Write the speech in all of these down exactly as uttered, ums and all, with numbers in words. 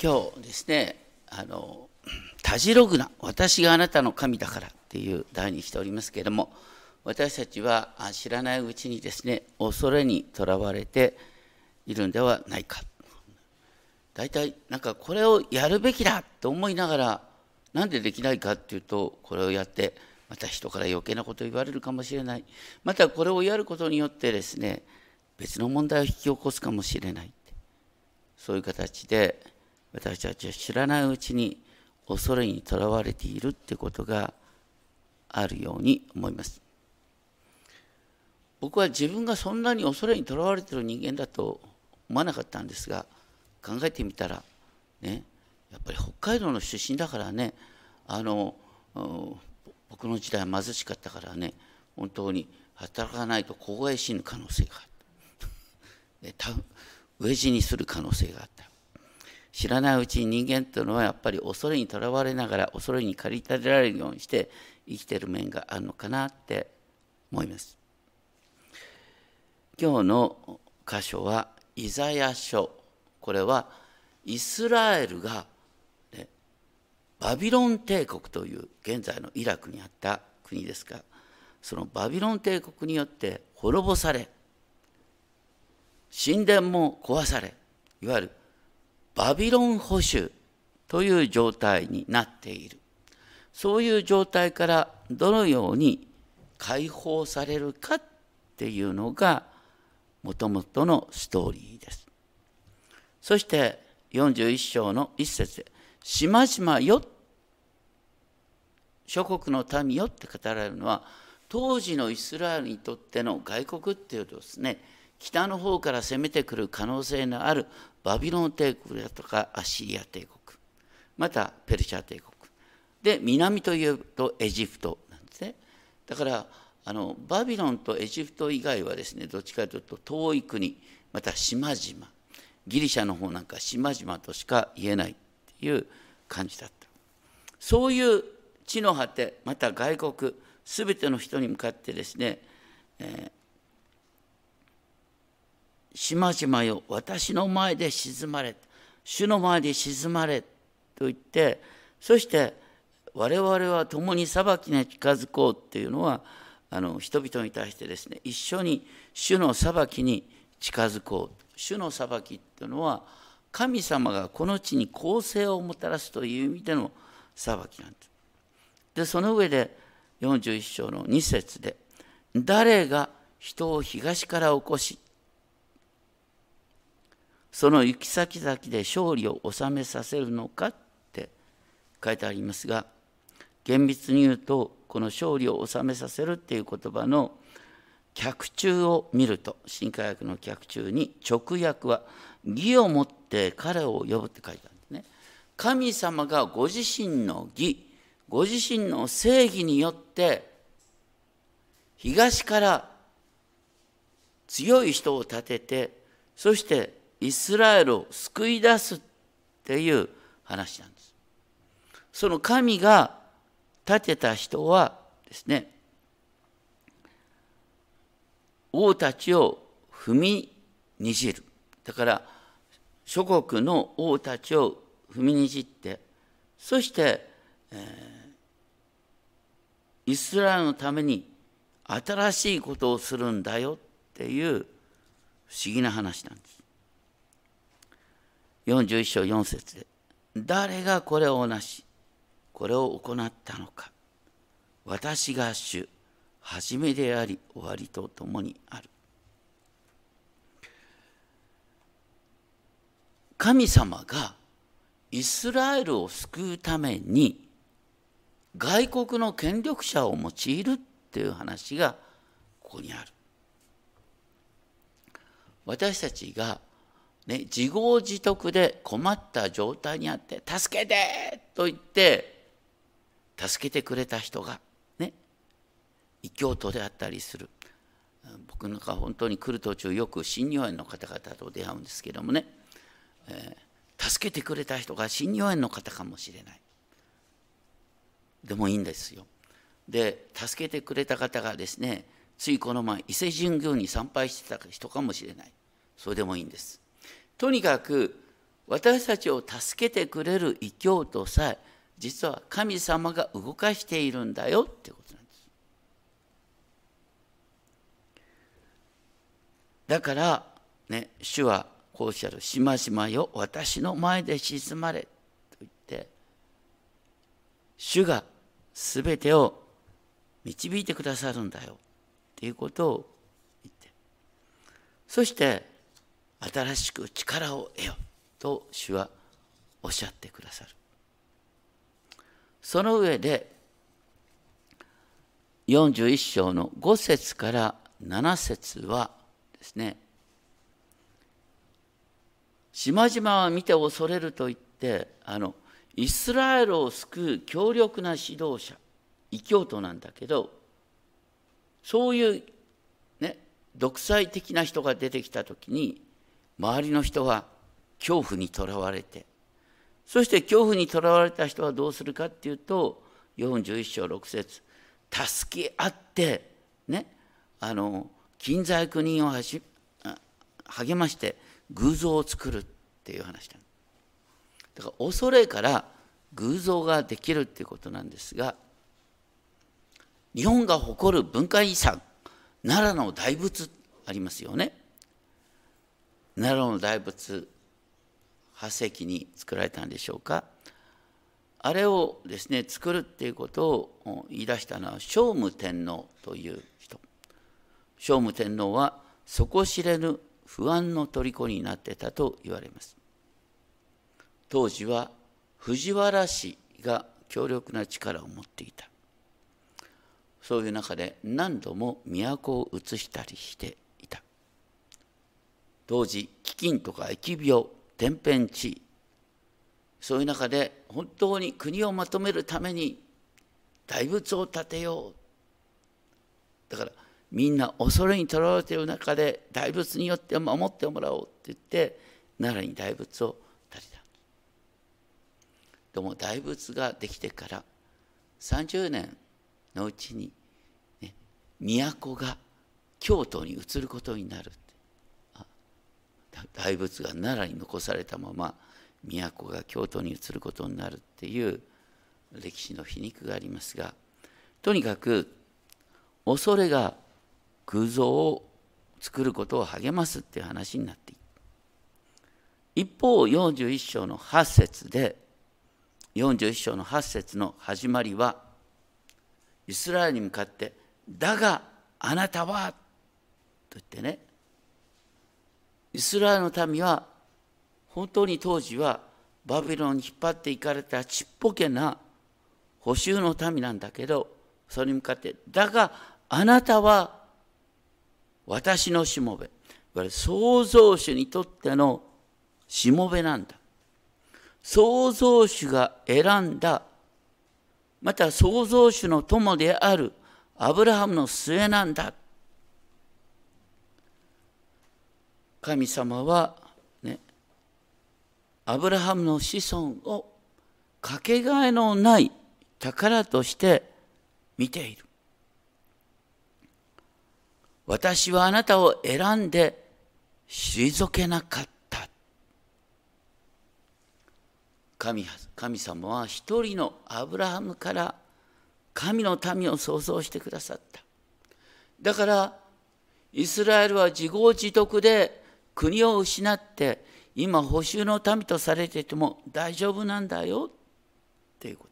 今日ですね、あのたじろぐな、私があなたの神だからっていう題にしておりますけれども、私たちは知らないうちにですね、恐れにとらわれているんではないか。大体なんかこれをやるべきだと思いながら、なんでできないかっていうと、これをやってまた人から余計なことを言われるかもしれない。またこれをやることによってですね、別の問題を引き起こすかもしれない。そういう形で私たちは知らないうちに恐れにとらわれているってことがあるように思います。僕は自分がそんなに恐れにとらわれている人間だと思わなかったんですが、考えてみたらね、やっぱり北海道の出身だからね、あの僕の時代は貧しかったからね、本当に働かないと凍え死ぬ可能性があった飢え死にする可能性があった。知らないうちに人間というのはやっぱり恐れにとらわれながら恐れに駆り立てられるようにして生きている面があるのかなって思います。今日の箇所はイザヤ書。これはイスラエルが、ね、バビロン帝国という現在のイラクにあった国ですが、そのバビロン帝国によって滅ぼされ、神殿も壊され、いわゆるバビロン捕囚という状態になっている。そういう状態からどのように解放されるかっていうのがもともとのストーリーです。そしてよんじゅういっ章の一節で、島々よ、諸国の民よって語られるのは、当時のイスラエルにとっての外国っていうとですね、北の方から攻めてくる可能性のあるバビロン帝国だとかアッシリア帝国、またペルシャ帝国で、南というとエジプトなんですね。だからあのバビロンとエジプト以外はですね、どっちかというと遠い国、また島々、ギリシャの方なんか島々としか言えないっていう感じだった。そういう地の果て、また外国すべての人に向かってですね、えー島々よ、私の前で静まれ、主の前で静まれと言って、そして我々は共に裁きに近づこうっていうのは、あの人々に対してですね、一緒に主の裁きに近づこう。主の裁きっていうのは、神様がこの地に公正をもたらすという意味での裁きなんです。で、その上でよんじゅういっ章のに節で、誰が人を東から起こし、その行き先々で勝利を収めさせるのかって書いてありますが、厳密に言うと、この勝利を収めさせるっていう言葉の脚注を見ると、新科学の脚注に直訳は、義をもって彼を呼ぶって書いてあるんですね。神様がご自身の義、ご自身の正義によって、東から強い人を立てて、そしてイスラエルを救い出すっていう話なんです。その神が立てた人はですね、王たちを踏みにじる。だから諸国の王たちを踏みにじって、そして、えー、イスラエルのために新しいことをするんだよっていう不思議な話なんです。よんじゅういっ章よん節で、誰がこれをなし、これを行ったのか。私が主、始めであり終わりとともにある。神様がイスラエルを救うために外国の権力者を用いるっていう話がここにある。私たちがね、自業自得で困った状態にあって「助けて!」と言って助けてくれた人がね、異教徒であったりする。僕なんか本当に来る途中よく新日本園の方々と出会うんですけどもね、えー、助けてくれた人が新日本園の方かもしれない。でもいいんですよ。で助けてくれた方がですね、ついこの前伊勢神宮に参拝してた人かもしれない。それでもいいんです。とにかく私たちを助けてくれる異教徒さえ、実は神様が動かしているんだよってことなんです。だからね、主はこうおっしゃる。しましまよ、私の前で沈まれと言って、主がすべてを導いてくださるんだよっていうことを言って、そして新しく力を得よと主はおっしゃってくださる。その上でよんじゅういっ章のご節からなな節はですね、しまじまは見て恐れると言って、あのイスラエルを救う強力な指導者、異教徒なんだけど、そういうね、独裁的な人が出てきたときに、周りの人は恐怖にとらわれて、そして恐怖にとらわれた人はどうするかっていうと、よんじゅういっ章ろく節、助け合ってね、あの近在悪人を励まして偶像を作るっていう話だ。だから恐れから偶像ができるっていうことなんですが、日本が誇る文化遺産、奈良の大仏ありますよね。奈良の大仏、はっ世紀に作られたんでしょうか。あれをですね、作るっていうことを言い出したのは聖武天皇という人。聖武天皇は底知れぬ不安の虜になってたと言われます。当時は藤原氏が強力な力を持っていた。そういう中で何度も都を移したりしていた。当時飢饉とか疫病、天変地異、そういう中で本当に国をまとめるために大仏を建てよう。だからみんな恐れにとらわれている中で大仏によって守ってもらおうって言って奈良に大仏を建てた。でも大仏ができてからさんじゅうねんのうちに、ね、都が京都に移ることになる。大仏が奈良に残されたまま都が京都に移ることになるっていう歴史の皮肉がありますが、とにかく恐れが偶像を作ることを励ますっていう話になっている。一方よんじゅういっ章のはち節で、よんじゅういっ章のはち節の始まりはイスラエルに向かって「だがあなたは」と言ってね、イスラエルの民は本当に当時はバビロンに引っ張っていかれたちっぽけな捕囚の民なんだけど、それに向かって「だがあなたは私のしもべ」、いわゆる創造主にとってのしもべなんだ。創造主が選んだ、また創造主の友であるアブラハムの末なんだ。神様はね、アブラハムの子孫をかけがえのない宝として見ている。私はあなたを選んで退けなかった。神, 神様は一人のアブラハムから神の民を創造してくださった。だからイスラエルは自業自得で国を失って今捕囚の民とされていても大丈夫なんだよっていうこと。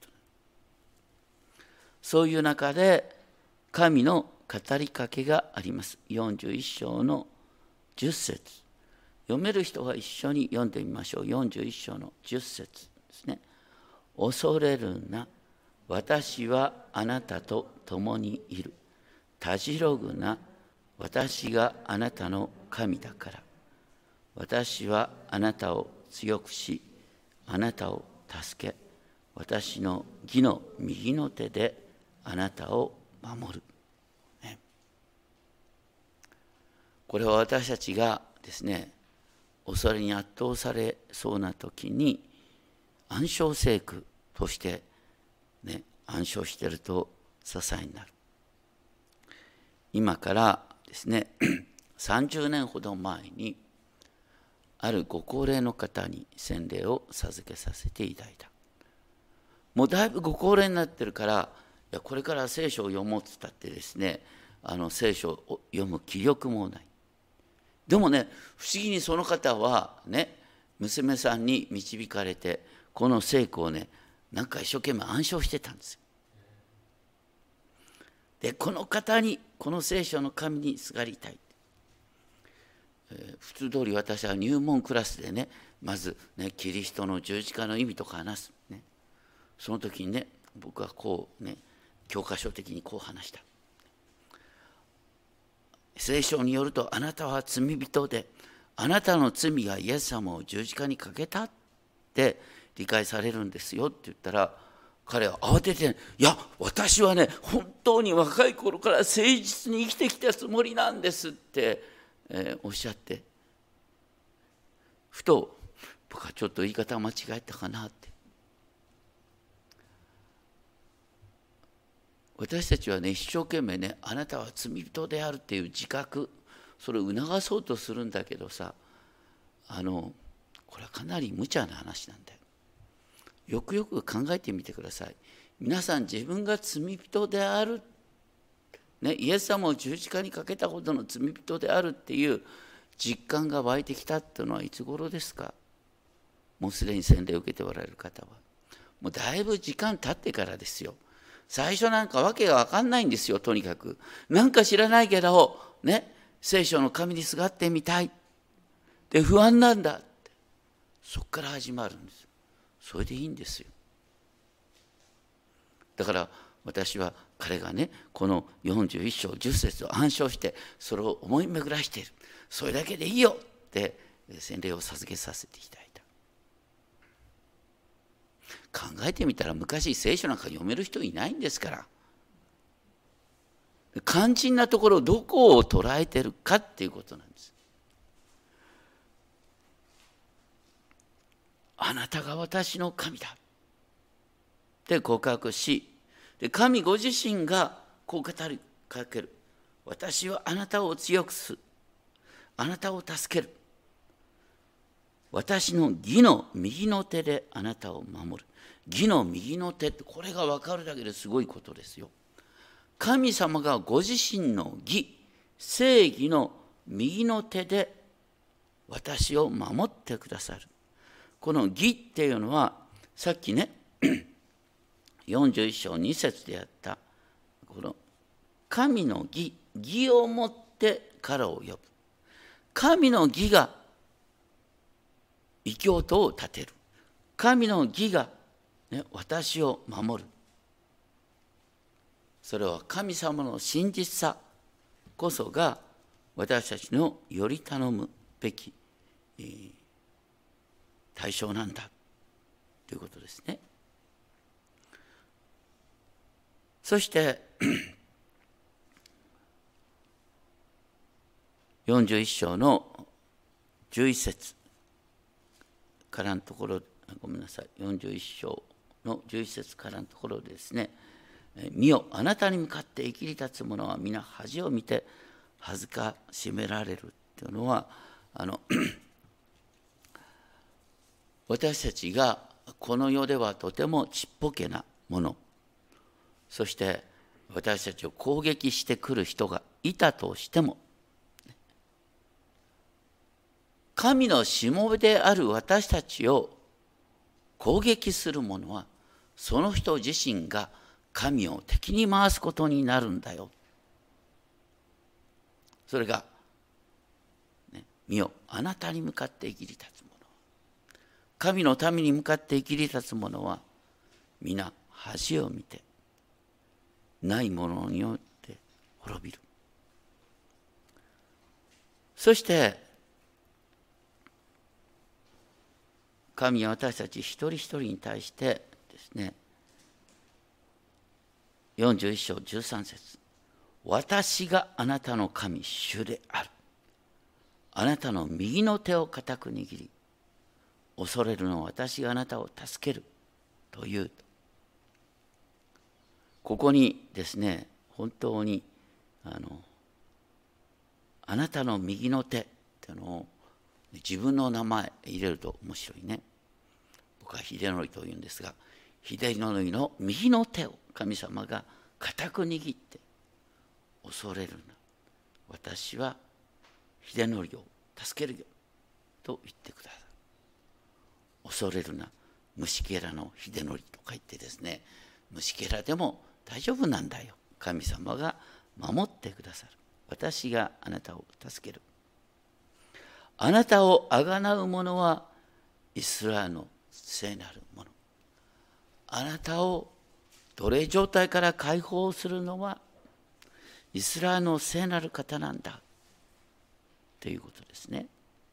そういう中で神の語りかけがあります。よんじゅういっ章のじゅっ節、読める人は一緒に読んでみましょう。よんじゅういっ章のじゅっ節ですね。恐れるな、私はあなたと共にいる。たじろぐな、私があなたの神だから。私はあなたを強くし、あなたを助け、私の義の右の手であなたを守る。ね、これは私たちがですね、恐れに圧倒されそうな時に暗唱聖句として、ね、暗唱していると支えになる。今からですねさんじゅうねんほど前にあるご高齢の方に洗礼を授けさせていただいた。もうだいぶご高齢になってるから、いやこれから聖書を読もうっつったってですね、あの聖書を読む気力もない。でもね、不思議にその方はね、娘さんに導かれて、この聖句をね、なんか一生懸命暗唱してたんですよ。で、この方に、この聖書の神にすがりたい。えー、普通通り私は入門クラスでね、まずね、キリストの十字架の意味とか話す。ね、その時にね、僕はこうね、教科書的にこう話した。聖書によると、あなたは罪人で、あなたの罪がイエス様を十字架にかけたって理解されるんですよって言ったら、彼は慌てて、いや、私はね、本当に若い頃から誠実に生きてきたつもりなんですって、えー、おっしゃって、ふと、僕はちょっと言い方間違えたかなって。私たちはね、一生懸命ね、あなたは罪人であるっていう自覚、それを促そうとするんだけどさ、あの、これはかなり無茶な話なんだよ。よくよく考えてみてください。皆さん、自分が罪人である、ね、イエス様を十字架にかけたほどの罪人であるっていう実感が湧いてきたっていうのはいつ頃ですか？もうすでに洗礼を受けておられる方は。もうだいぶ時間経ってからですよ。最初なんかわけが分かんないんですよ、とにかく。なんか知らないけど、ね、聖書の神にすがってみたい。で、不安なんだって。そこから始まるんです。それでいいんですよ。だから私は彼がね、このよんじゅういっ章じゅっ節を暗唱して、それを思い巡らしている。それだけでいいよって洗礼を授けさせていただいた。考えてみたら昔聖書なんか読める人いないんですから。肝心なところどこを捉えてるかっていうことなんです。あなたが私の神だって告白し、で神ご自身がこう語りかける。私はあなたを強くする。あなたを助ける。私の義の右の手であなたを守る。義の右の手って、これが分かるだけですごいことですよ。神様がご自身の義、正義の右の手で私を守ってくださる。この義っていうのは、さっきね、よんじゅういっ章に節でやった、この神の義、義をもって彼を呼ぶ。神の義が異教徒を立てる。神の義が、ね、私を守る。それは神様の真実さこそが私たちのより頼むべき対象なんだということですね。そしてよんじゅういっ章のじゅういち節からのところ、ごめんなさい、よんじゅういっ章のじゅういち節からのところでですね、見よ、あなたに向かって生きり立つ者は皆恥を見て恥ずかしめられるというのは、あの私たちがこの世ではとてもちっぽけなもの、そして私たちを攻撃してくる人がいたとしても、神のしもべである私たちを攻撃する者は、その人自身が神を敵に回すことになるんだよ。それが、ね、見よ、あなたに向かって生きり立つ者。神の民に向かって生きり立つ者は、皆恥を見て、ないものによって滅びる。そして、神は私たち一人一人に対してですね、よんじゅういっ章じゅうさん節、私があなたの神主である。あなたの右の手を固く握り、恐れるのは私があなたを助けるという。ここにですね、本当にあのあなたの右の手というのを自分の名前入れると面白いね。僕は秀則というんですが、秀則の右の手を神様が固く握って、恐れるな、私は秀則を助けるよと言ってくださる。恐れるな、虫けらの秀則と書いてですね、虫けらでも大丈夫なんだよ、神様が守ってくださる。私があなたを助ける。あなたをあがなう者はイスラエルの聖なるもの。あなたを奴隷状態から解放するのはイスラエルの聖なる方なんだということですね。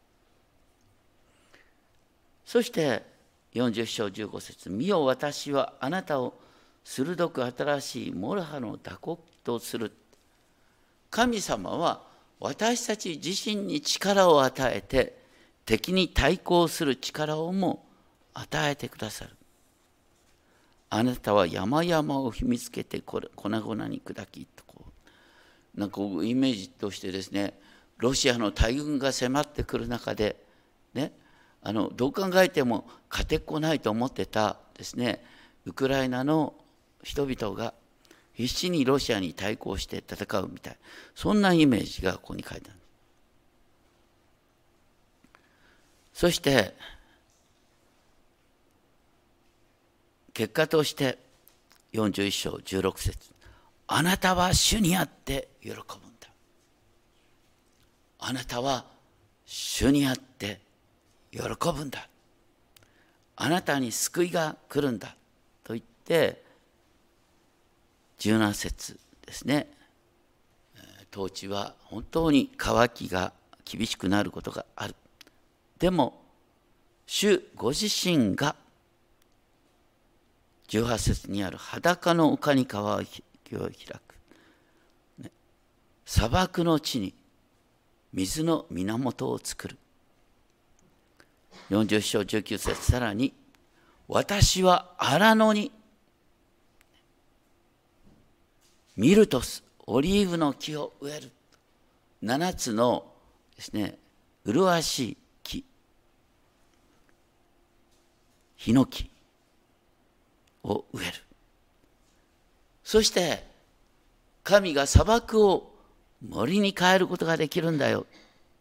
そしてよんじゅう章じゅうご節、見よ私はあなたを鋭く新しいモルハの打刻とする。神様は私たち自身に力を与えて敵に対抗する力をも与えてくださる。あなたは山々を踏みつけて粉々に砕きとこうなんかイメージとしてですね、ロシアの大軍が迫ってくる中でね、あのどう考えても勝てっこないと思ってたですね、ウクライナの人々が必死にロシアに対抗して戦うみたい、そんなイメージがここに書いてある。そして結果としてよんじゅういっ章じゅうろく節、あなたは主にあって喜ぶんだ。あなたは主にあって喜ぶんだ。あなたに救いが来るんだと言って、じゅうなな節ですね、当地は本当に渇きが厳しくなることがある。でも主ご自身がじゅうはち節にある裸の丘に川を開く、ね、砂漠の地に水の源を作る。よんじゅう章じゅうきゅう節、さらに私は荒野にミルトス、オリーブの木を植える。ななつのですね、麗しい木、ヒノキを植える。そして神が砂漠を森に変えることができるんだよ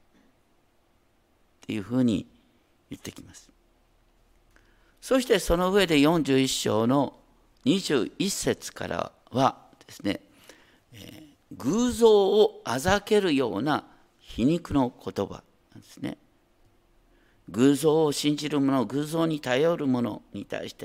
っていうふうに言ってきます。そしてその上でよんじゅういっ章のにじゅういち節からはですね、えー、偶像をあざけるような皮肉の言葉なんですね。偶像を信じる者、偶像に頼る者に対して、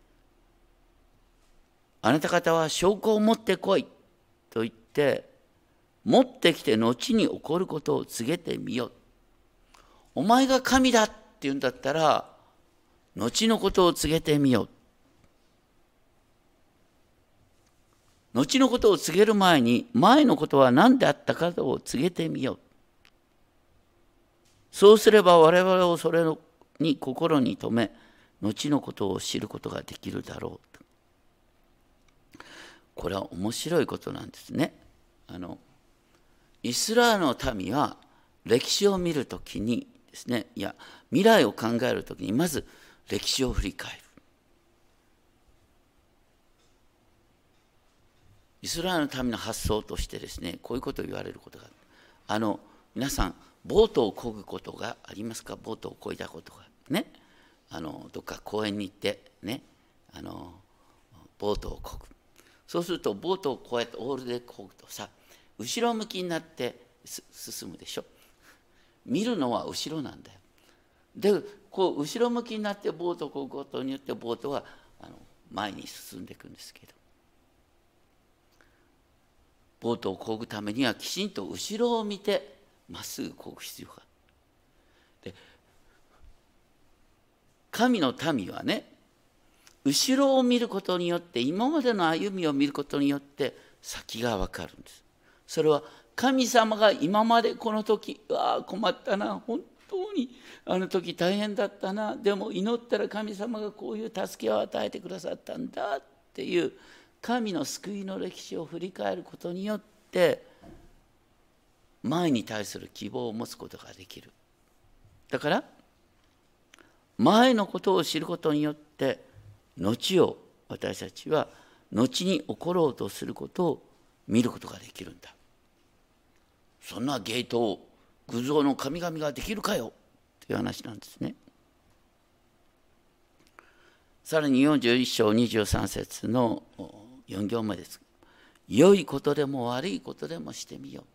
あなた方は証拠を持ってこいと言って、持ってきて後に起こることを告げてみよ。お前が神だって言うんだったら、後のことを告げてみよ。後のことを告げる前に、前のことは何であったかを告げてみよ。そうすれば我々をそれに心に留め、後のことを知ることができるだろう。これは面白いことなんですね。あのイスラエルの民は歴史を見るときにですね、いや未来を考えるときにまず歴史を振り返る。イスラエルの民の発想としてですね、こういうことを言われることがある。あの皆さんボートを漕ぐことがありますか？ボートを漕いだことがね、あのどっか公園に行ってね、あのボートを漕ぐ。そうするとボートをこうやってオールで漕ぐとさ、後ろ向きになって進むでしょ。見るのは後ろなんだよ。でこう後ろ向きになってボートを漕ぐことによってボートはあの前に進んでいくんですけど、ボートを漕ぐためにはきちんと後ろを見てまっすぐ漕ぐ必要がある。で神の民はね、後ろを見ることによって、今までの歩みを見ることによって先が分かるんです。それは神様が今までこの時、うわあ困ったな、本当にあの時大変だったな、でも祈ったら神様がこういう助けを与えてくださったんだっていう神の救いの歴史を振り返ることによって前に対する希望を持つことができる。 だから前のことを知ることによって後を私たちは後に起ころうとすることを見ることができるんだ。そんな芸当偶像の神々ができるかよという話なんですね。さらによんじゅういっ章にじゅうさん節のよん行目です。良いことでも悪いことでもしてみよ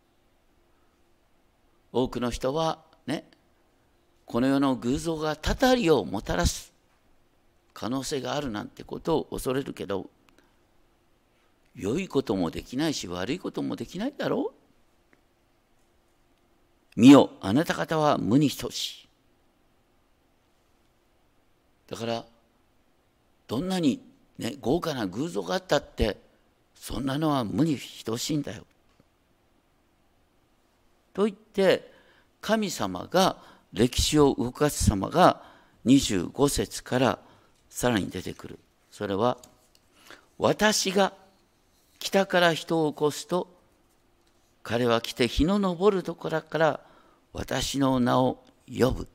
う。多くの人はね、この世の偶像がたたりをもたらす可能性があるなんてことを恐れるけど、良いこともできないし悪いこともできないだろう。見よ、あなた方は無に等しい。だからどんなに、ね、豪華な偶像があったってそんなのは無に等しいんだよ。と言って神様が歴史を動かす様がにじゅうご節からさらに出てくる。それは私が北から人を起こすと彼は来て日の昇るところから私の名を呼ぶ。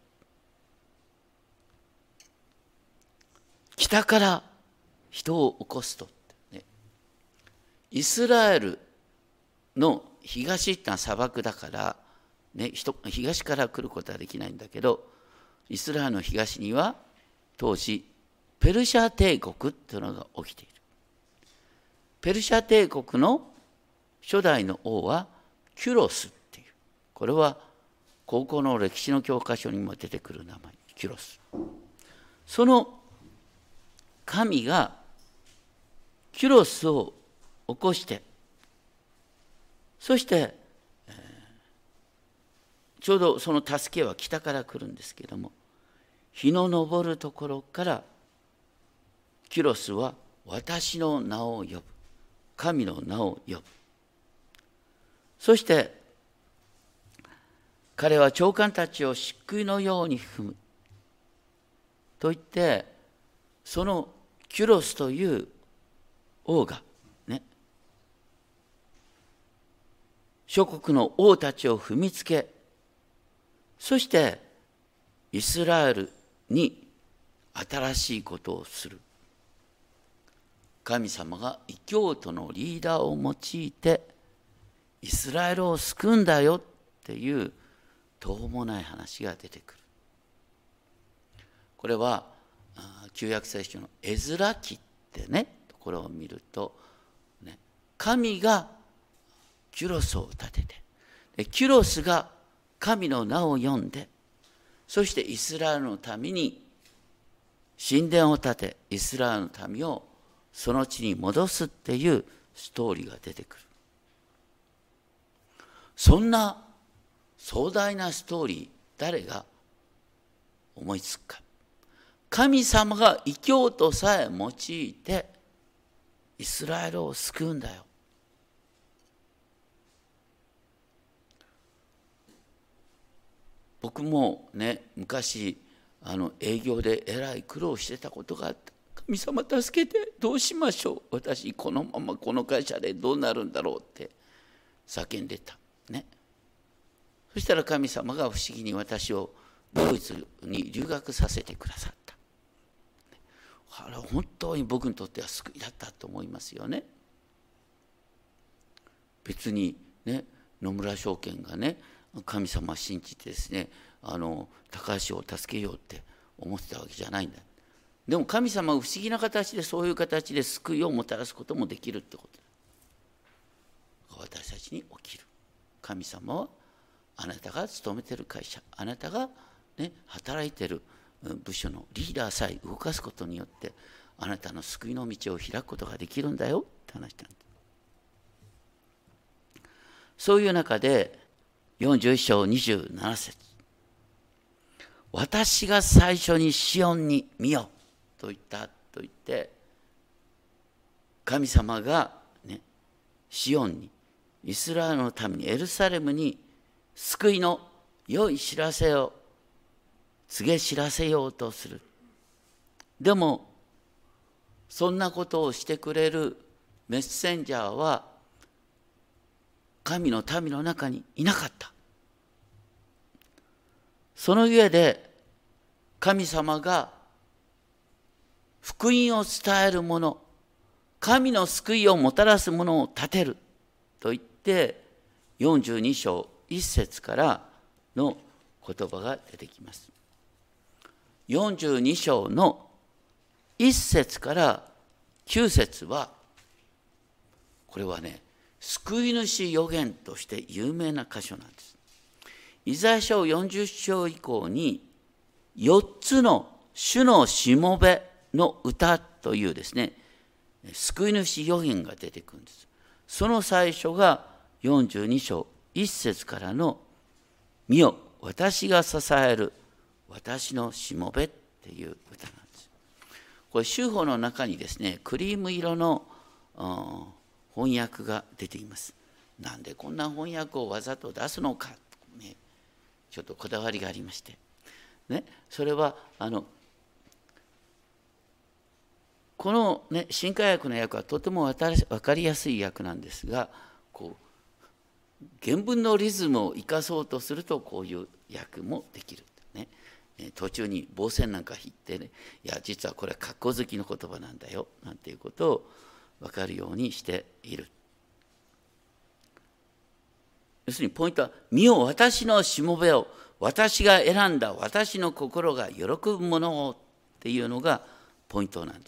北から人を起こすと、ね、イスラエルの東ってのは砂漠だから、ね、東から来ることはできないんだけど、イスラエルの東には当時ペルシャ帝国っていうのが起きている。ペルシャ帝国の初代の王はキュロスっていう、これは高校の歴史の教科書にも出てくる名前、キュロス。その神がキュロスを起こして、そして、えー、ちょうどその助けは北から来るんですけれども、日の昇るところからキュロスは私の名を呼ぶ、神の名を呼ぶ。そして彼は長官たちを漆喰のように踏むと言って、そのキュロスという王がね、諸国の王たちを踏みつけ、そしてイスラエルに新しいことをする。神様が異教徒のリーダーを用いてイスラエルを救うんだよっていう途方もない話が出てくる。これは旧約聖書のエズラ記ってね、ところを見ると、ね、神がキュロスを立てて、でキュロスが神の名を呼んで、そしてイスラエルのために神殿を建て、イスラエルの民をその地に戻すっていうストーリーが出てくる。そんな壮大なストーリー、誰が思いつくか。神様が異教徒さえ用いてイスラエルを救うんだよ。僕もね、昔あの営業でえらい苦労してたことがあった。神様助けて、どうしましょう、私このままこの会社でどうなるんだろうって叫んでたね。そしたら神様が不思議に私をドイツに留学させてくださった。あれ本当に僕にとっては救いだったと思いますよね。別にね、野村証券がね、神様を信じてですね、あの高橋を助けようって思ってたわけじゃないんだ。でも神様は不思議な形でそういう形で救いをもたらすこともできるってことだ。私たちに起きる。神様はあなたが勤めている会社、あなたが、ね、働いている部署のリーダーさえ動かすことによってあなたの救いの道を開くことができるんだよって話したんです。そういう中でよんじゅういっ章にじゅうなな節、私が最初にシオンに見よと言ったと言って、神様が、ね、シオンに、イスラエルのためにエルサレムに救いの良い知らせを告げ知らせようとする。でもそんなことをしてくれるメッセンジャーは神の民の中にいなかった。 その上で神様が福音を伝えるもの、神の救いをもたらすものを立てると言って、よんじゅうに章いっ節からの言葉が出てきます。よんじゅうに章のいっ節からきゅう節は、これはね、救い主預言として有名な箇所なんです。イザヤ書よんじゅう章以降によっつの主のしもべの歌というですね、救い主預言が出てくるんです。その最初がよんじゅうに章いっ節からの見よ、私が支える私のしもべっていう歌なんです。これ修法の中にですね、クリーム色の翻訳が出ています。なんでこんな翻訳をわざと出すのか、ね、ちょっとこだわりがありまして、ね、それはあのこの、ね、新化訳の訳はとても分かりやすい訳なんですが、こう原文のリズムを生かそうとするとこういう訳もできる、ね、途中に棒線なんか引ってね、いや実はこれは括弧好きの言葉なんだよなんていうことを分かるようにしている。要するにポイントは、見よ私のしもべを、私が選んだ私の心が喜ぶものをっていうのがポイントなんです。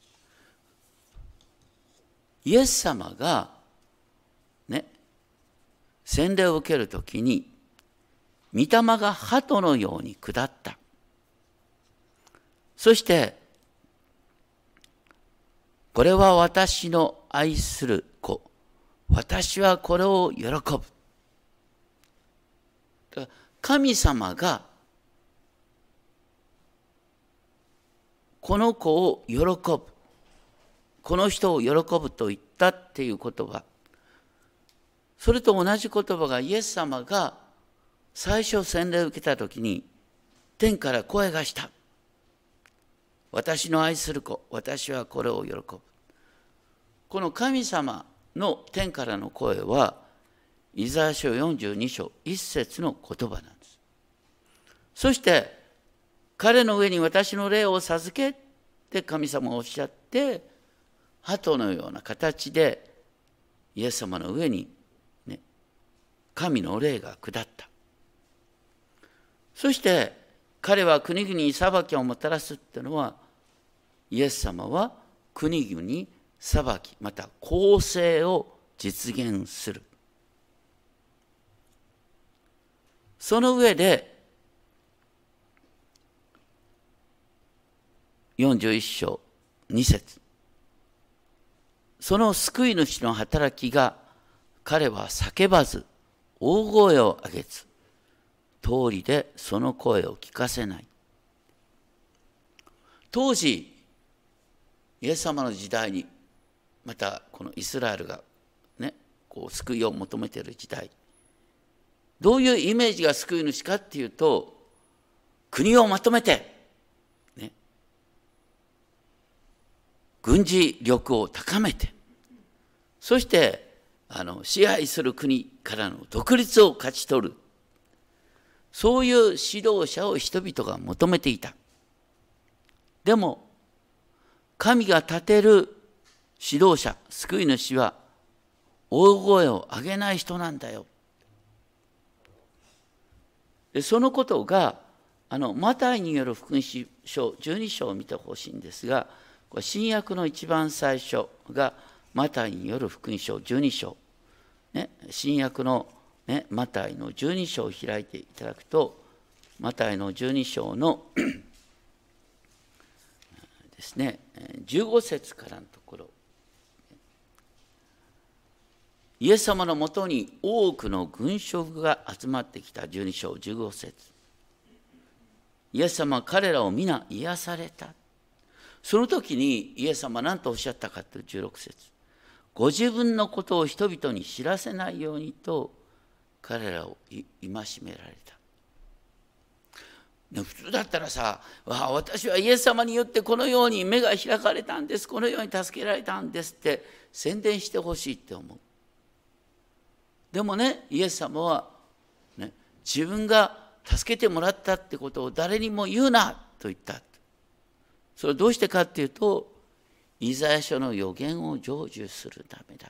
イエス様がね、洗礼を受けるときに御霊が鳩のように下った。そしてこれは私の愛する子、私はこれを喜ぶ。神様がこの子を喜ぶ、この人を喜ぶと言ったっていう言葉、それと同じ言葉がイエス様が最初洗礼を受けたときに天から声がした。私の愛する子、私はこれを喜ぶ。この神様の天からの声はイザヤ書よんじゅうに章いっ節の言葉なんです。そして彼の上に私の霊を授けって神様がおっしゃって、鳩のような形でイエス様の上に、ね、神の霊が下った。そして彼は国々に裁きをもたらすっていうのは、イエス様は国々に裁きまた公正を実現する。その上でよんじゅういち章に節、その救い主の働きが、彼は叫ばず大声を上げず通りでその声を聞かせない。当時イエス様の時代に、またこのイスラエルがね、こう救いを求めている時代、どういうイメージが救い主かっていうと、国をまとめて、ね、軍事力を高めて、そしてあの支配する国からの独立を勝ち取る、そういう指導者を人々が求めていた。でも神が立てる指導者、救い主は大声を上げない人なんだよ。でそのことがあのマタイによる福音書じゅうに章を見てほしいんですが、これ新約の一番最初がマタイによる福音書じゅうに章、ね、新約の、ね、マタイのじゅうに章を開いていただくと、マタイのじゅうに章のですね、じゅうご節からのところ、イエス様のもとに多くの群衆が集まってきたじゅうに章じゅうご節、イエス様は彼らを皆癒された。その時にイエス様は何とおっしゃったかというじゅうろく節、ご自分のことを人々に知らせないようにと彼らを戒められた。普通だったらさ、わあ私はイエス様によってこのように目が開かれたんです、このように助けられたんですって宣伝してほしいって思う。でもね、イエス様は、ね、自分が助けてもらったってことを誰にも言うなと言った。それはどうしてかっていうと、イザヤ書の予言を成就するためだ。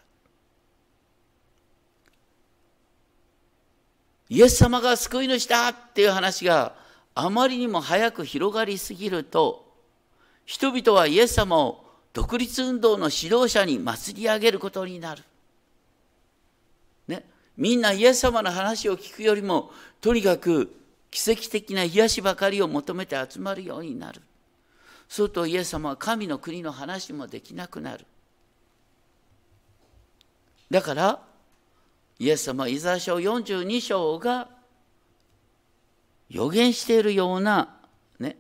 イエス様が救い主だっていう話があまりにも早く広がりすぎると、人々はイエス様を独立運動の指導者に祭り上げることになる。ね、みんなイエス様の話を聞くよりも、とにかく奇跡的な癒しばかりを求めて集まるようになる。そうするとイエス様は神の国の話もできなくなる。だからイエス様はイザヤ書よんじゅうに章が予言しているようなね、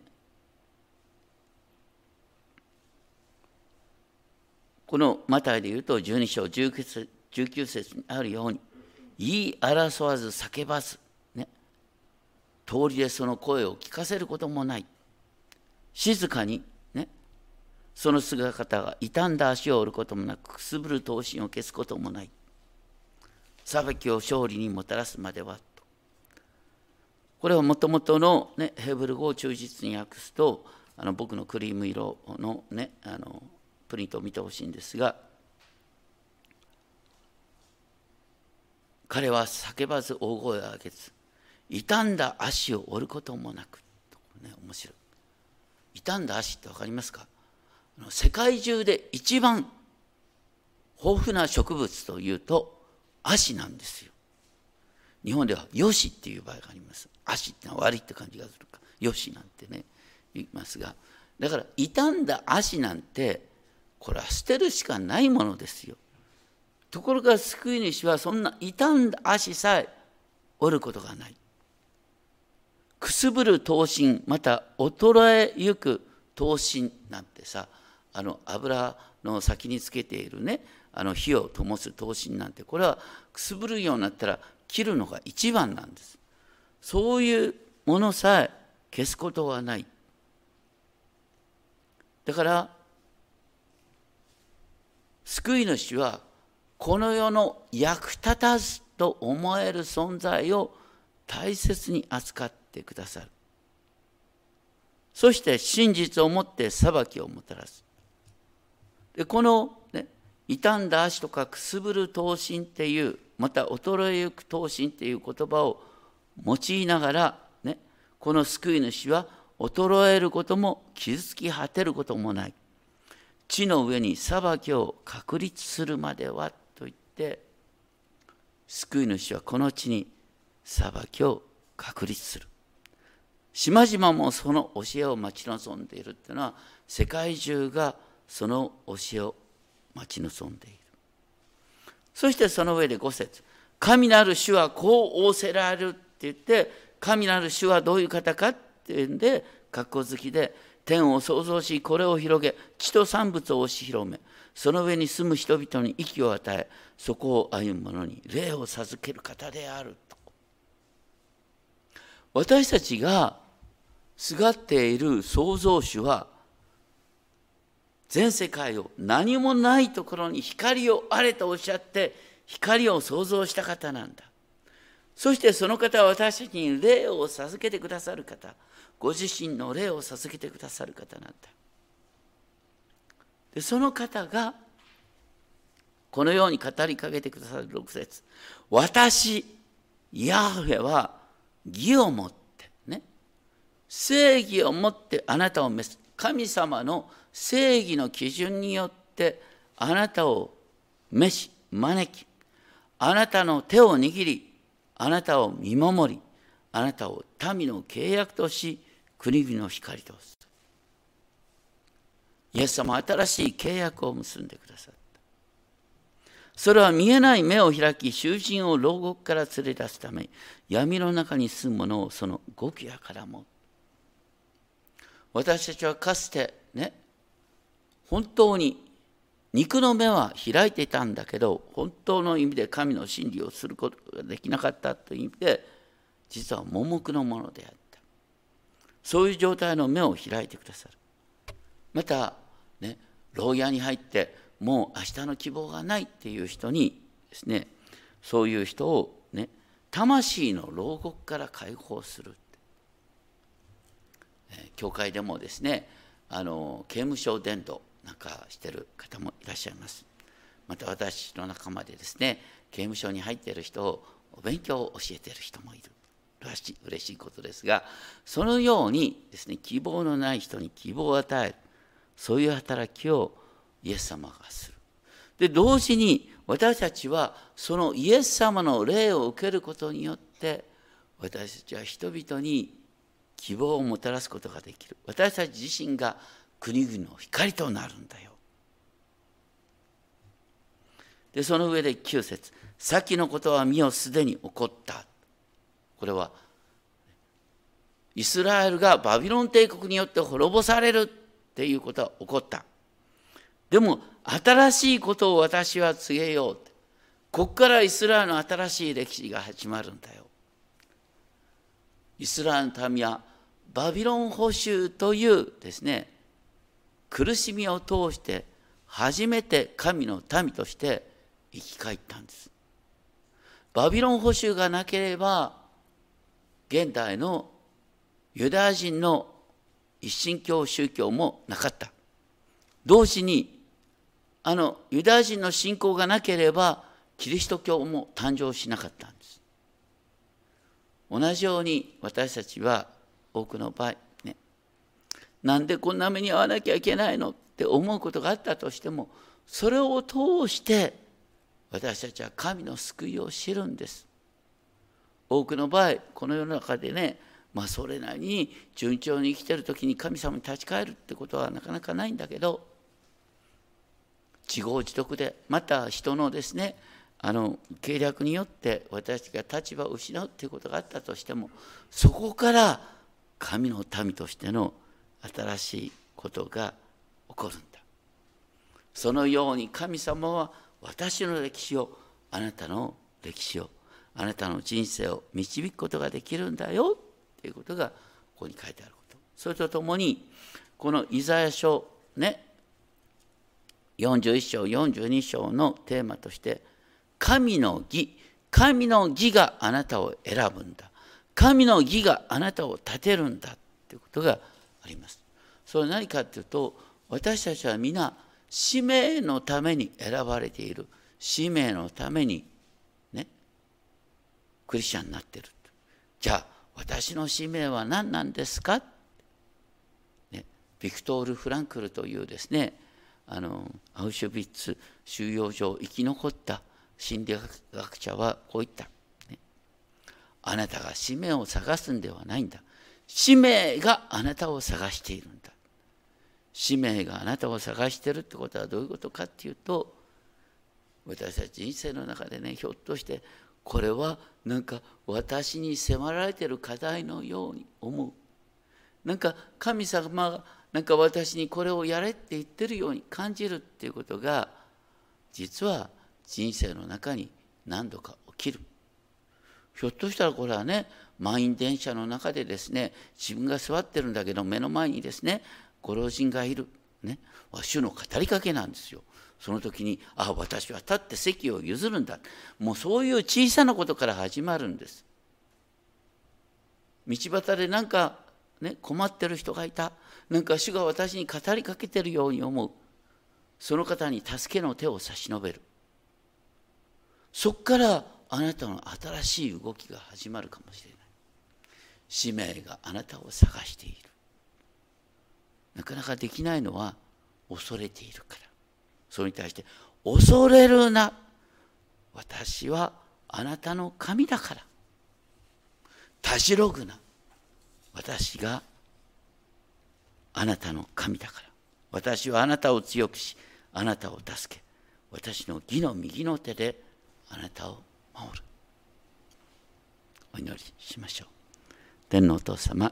このマタイでいうとじゅうに章じゅうきゅう節にあるように、言い争わず叫ばず、ね、通りでその声を聞かせることもない。静かに、ね、その姿が傷んだ足を折ることもなく、くすぶる闘心を消すこともない。裁きを勝利にもたらすまではと。これはもともとの、ね、ヘブル語を忠実に訳すと、あの僕のクリーム色の、ね、あのプリントを見てほしいんですが、彼は叫ばず大声を上げず、傷んだ足を折ることもなく、ね、面白い。傷んだ足って分かりますか？世界中で一番豊富な植物というと足なんですよ。日本ではよしっていう場合があります。足ってのは悪いって感じがするか、よしなんてね言いますが、だから傷んだ足なんてこれは捨てるしかないものですよ。ところが救い主はそんな傷んだ足さえ折ることがない。くすぶる闘心、また衰えゆく闘心なんてさ、あの油の先につけているね、あの火を灯す闘心なんて、これはくすぶるようになったら切るのが一番なんです。そういうものさえ消すことはない。だから救い主はこの世の役立たずと思える存在を大切に扱ってくださる。そして真実をもって裁きをもたらす。でこの、ね、傷んだ足とかくすぶる闘心っていう、また衰えゆく闘心っていう言葉を用いながら、ね、この救い主は衰えることも傷つき果てることもない。地の上に裁きを確立するまではと言って、救い主はこの地に裁きを確立する。島々もその教えを待ち望んでいるというのは、世界中がその教えを待ち望んでいる。そしてその上でご節、神なる主はこう仰せられるって言って、神なる主はどういう方かっていうんで、括弧好きで、天を創造し、これを広げ、地と産物を押し広め、その上に住む人々に息を与え、そこを歩む者に霊を授ける方であると。私たちがすがっている創造主は、全世界を何もないところに光をあれとおっしゃって、光を創造した方なんだ。そしてその方は私たちに霊を授けてくださる方、ご自身の霊を授けてくださる方なんだ。でその方がこのように語りかけてくださるろく節、私ヤハウェは義をもってね、正義をもってあなたを召す。神様の正義の基準によってあなたを召し招き、あなたの手を握り、あなたを見守り、あなたを民の契約とし、国々の光とする。イエス様は新しい契約を結んでくださった。それは見えない目を開き、囚人を牢獄から連れ出すため、闇の中に住む者をその極夜からも。私たちはかつてね、本当に肉の目は開いていたんだけど、本当の意味で神の真理をすることができなかったという意味で、実は盲目のものであった。そういう状態の目を開いてくださる。またね、牢屋に入ってもう明日の希望がないっていう人にですね、そういう人をね、魂の牢獄から解放するって。 教会でもですね、あの刑務所伝道なんかしてる方もいらっしゃいます。また私の仲間でですね、刑務所に入っている人をお勉強を教えている人もいる。嬉しいことですが、そのようにですね、希望のない人に希望を与える、そういう働きをイエス様がする。で、同時に私たちはそのイエス様の霊を受けることによって、私たちは人々に希望をもたらすことができる。私たち自身が国々の光となるんだよ。で、その上できゅう節、先のことは見よすでに起こった。これはイスラエルがバビロン帝国によって滅ぼされるっていうことは起こった。でも新しいことを私は告げよう。ここからイスラエルの新しい歴史が始まるんだよ。イスラエルの民はバビロン捕囚というですね、苦しみを通して初めて神の民として生き返ったんです。バビロン捕囚がなければ現代のユダヤ人の一神教宗教もなかった。同時にあのユダヤ人の信仰がなければキリスト教も誕生しなかったんです。同じように私たちは多くの場合ね、なんでこんな目に遭わなきゃいけないのって思うことがあったとしても、それを通して私たちは神の救いを知るんです。多くの場合この世の中でね、まあそれなりに順調に生きている時に神様に立ち返るってことはなかなかないんだけど、自業自得でまた人のですね、あの計略によって私たちが立場を失うということがあったとしても、そこから神の民としての新しいことが起こるんだ。そのように神様は私の歴史を、あなたの歴史を、あなたの人生を導くことができるんだよということがここに書いてあること。それとともにこのイザヤ書ね、よんじゅういっ章よんじゅうに章のテーマとして、神の義、神の義があなたを選ぶんだ、神の義があなたを立てるんだということがあります。それは何かというと、私たちは皆使命のために選ばれている、使命のためにねクリスチャンになっている。じゃあ私の使命は何なんですか、ね、ビクトール・フランクルというですね、あのアウシュビッツ収容所生き残った心理学者はこう言った、ね、あなたが使命を探すんではないんだ、使命があなたを探しているんだ。使命があなたを探しているってことはどういうことかっていうと、私たち人生の中でね、ひょっとしてこれはなんか私に迫られている課題のように思う。なんか神様がなんか私にこれをやれって言ってるように感じるっていうことが、実は人生の中に何度か起きる。ひょっとしたらこれはね、満員電車の中でですね、自分が座ってるんだけど目の前にですね、ご老人がいる、ね、主の語りかけなんですよ。その時に、あ、私は立って席を譲るんだ。もうそういう小さなことから始まるんです。道端でなんか、ね、困ってる人がいた。なんか主が私に語りかけてるように思う。その方に助けの手を差し伸べる。そこからあなたの新しい動きが始まるかもしれない。使命があなたを探している。なかなかできないのは恐れているから。それに対して、恐れるな。私はあなたの神だから。たじろぐな。私があなたの神だから。私はあなたを強くし、あなたを助け、私の義の右の手であなたを守る。お祈りしましょう。天のお父様、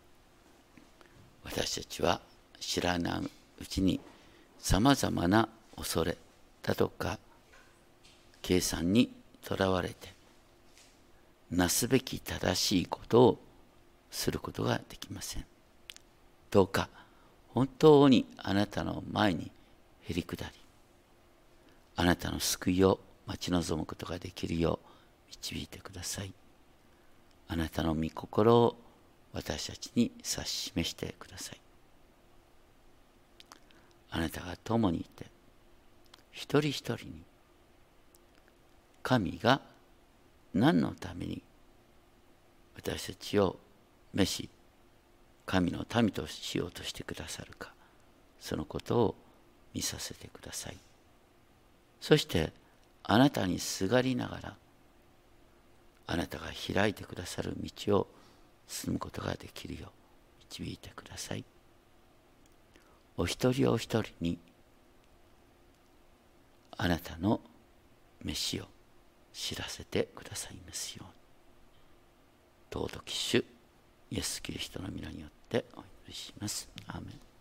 私たちは知らないうちにさまざまな恐れだとか計算にとらわれて、なすべき正しいことをすることができません。どうか本当にあなたの前にへり下り、あなたの救いを待ち望むことができるよう導いてください。あなたの御心を私たちに指し示してください。あなたが共にいて、一人一人に神が何のために私たちを召し、神の民としようとしてくださるか、そのことを見させてください。そしてあなたにすがりながら、あなたが開いてくださる道を進むことができるよう導いてください。お一人お一人にあなたの召しを知らせてくださいますように。尊き主イエス・キリストの皆によってお祈りします。アーメン。